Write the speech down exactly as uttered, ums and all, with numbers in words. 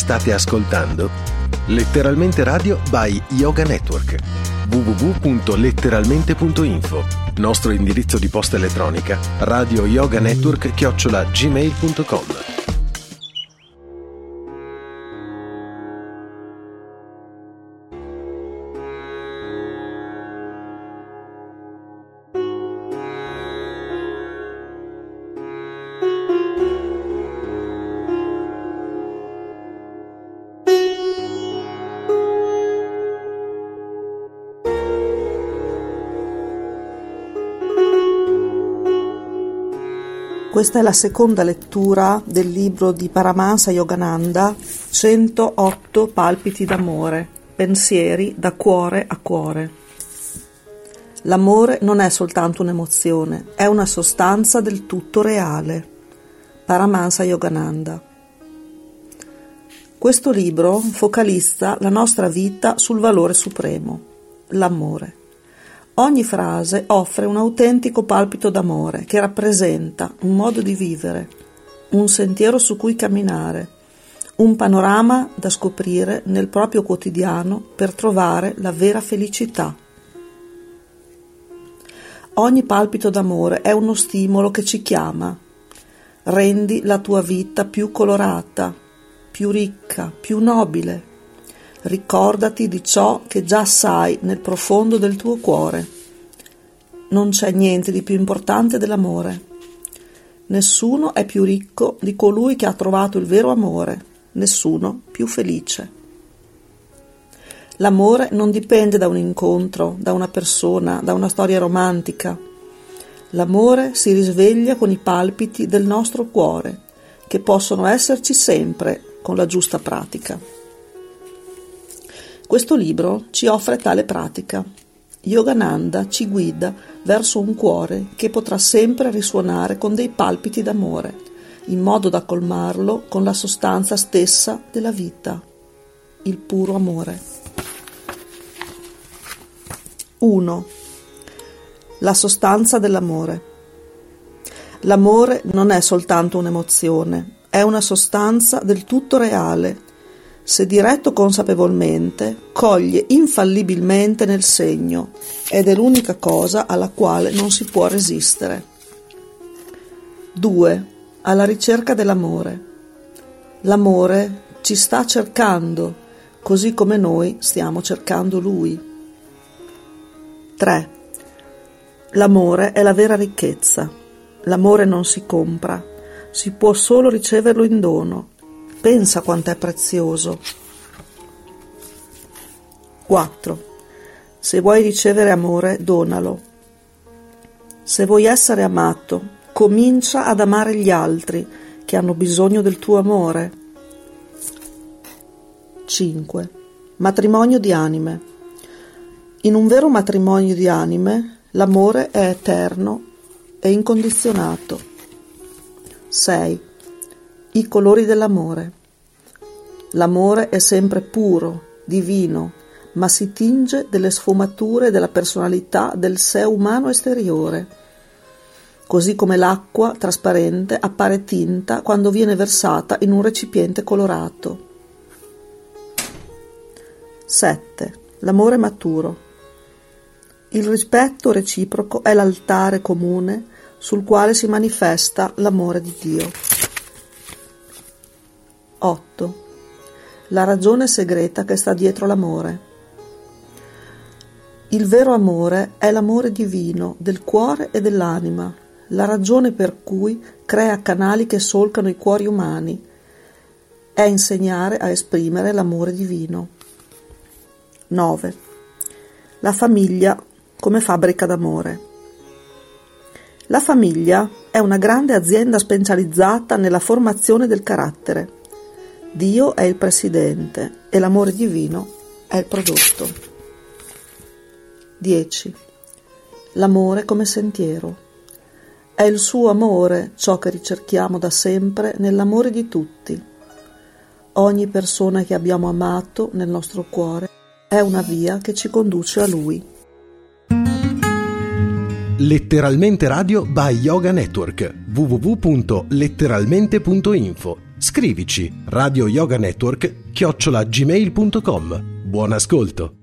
State ascoltando Letteralmente Radio by Yoga Network. w w w punto letteralmente punto info. Nostro indirizzo di posta elettronica radio yoga network chiocciola gmail punto com. Questa è la seconda lettura del libro di Paramahansa Yogananda, centootto palpiti d'amore, pensieri da cuore a cuore. L'amore non è soltanto un'emozione, è una sostanza del tutto reale. Paramahansa Yogananda. Questo libro focalizza la nostra vita sul valore supremo, l'amore. Ogni frase offre un autentico palpito d'amore che rappresenta un modo di vivere, un sentiero su cui camminare, un panorama da scoprire nel proprio quotidiano per trovare la vera felicità. Ogni palpito d'amore è uno stimolo che ci chiama. Rendi la tua vita più colorata, più ricca, più nobile. Ricordati di ciò che già sai nel profondo del tuo cuore. Non c'è niente di più importante dell'amore. Nessuno è più ricco di colui che ha trovato il vero amore, nessuno più felice. L'amore non dipende da un incontro, da una persona, da una storia romantica. L'amore si risveglia con i palpiti del nostro cuore, che possono esserci sempre con la giusta pratica. Questo libro ci offre tale pratica. Yogananda ci guida verso un cuore che potrà sempre risuonare con dei palpiti d'amore, in modo da colmarlo con la sostanza stessa della vita, il puro amore. uno. La sostanza dell'amore. L'amore non è soltanto un'emozione, è una sostanza del tutto reale. Se diretto consapevolmente, coglie infallibilmente nel segno ed è l'unica cosa alla quale non si può resistere. due. Alla ricerca dell'amore. L'amore ci sta cercando, così come noi stiamo cercando lui. tre. L'amore è la vera ricchezza. L'amore non si compra, si può solo riceverlo in dono. Pensa quanto è prezioso. quattro. Se vuoi ricevere amore, donalo. Se vuoi essere amato, comincia ad amare gli altri che hanno bisogno del tuo amore. cinque. Matrimonio di anime. In un vero matrimonio di anime, l'amore è eterno e incondizionato. sei. I colori dell'amore. L'amore è sempre puro, divino, ma si tinge delle sfumature della personalità del sé umano esteriore, così come l'acqua trasparente appare tinta quando viene versata in un recipiente colorato. sette. L'amore maturo. Il rispetto reciproco è l'altare comune sul quale si manifesta l'amore di Dio. otto. La ragione segreta che sta dietro l'amore. Il vero amore è l'amore divino del cuore e dell'anima, la ragione per cui crea canali che solcano i cuori umani. È insegnare a esprimere l'amore divino. nove. La famiglia come fabbrica d'amore. La famiglia è una grande azienda specializzata nella formazione del carattere. Dio è il presidente e l'amore divino è il prodotto. dieci. L'amore come sentiero. È il suo amore ciò che ricerchiamo da sempre nell'amore di tutti. Ogni persona che abbiamo amato nel nostro cuore è una via che ci conduce a Lui. Letteralmente Radio by Yoga Network. w w w punto letteralmente punto info. Scrivici radio yoga network chiocciola gmail punto com. Buon ascolto!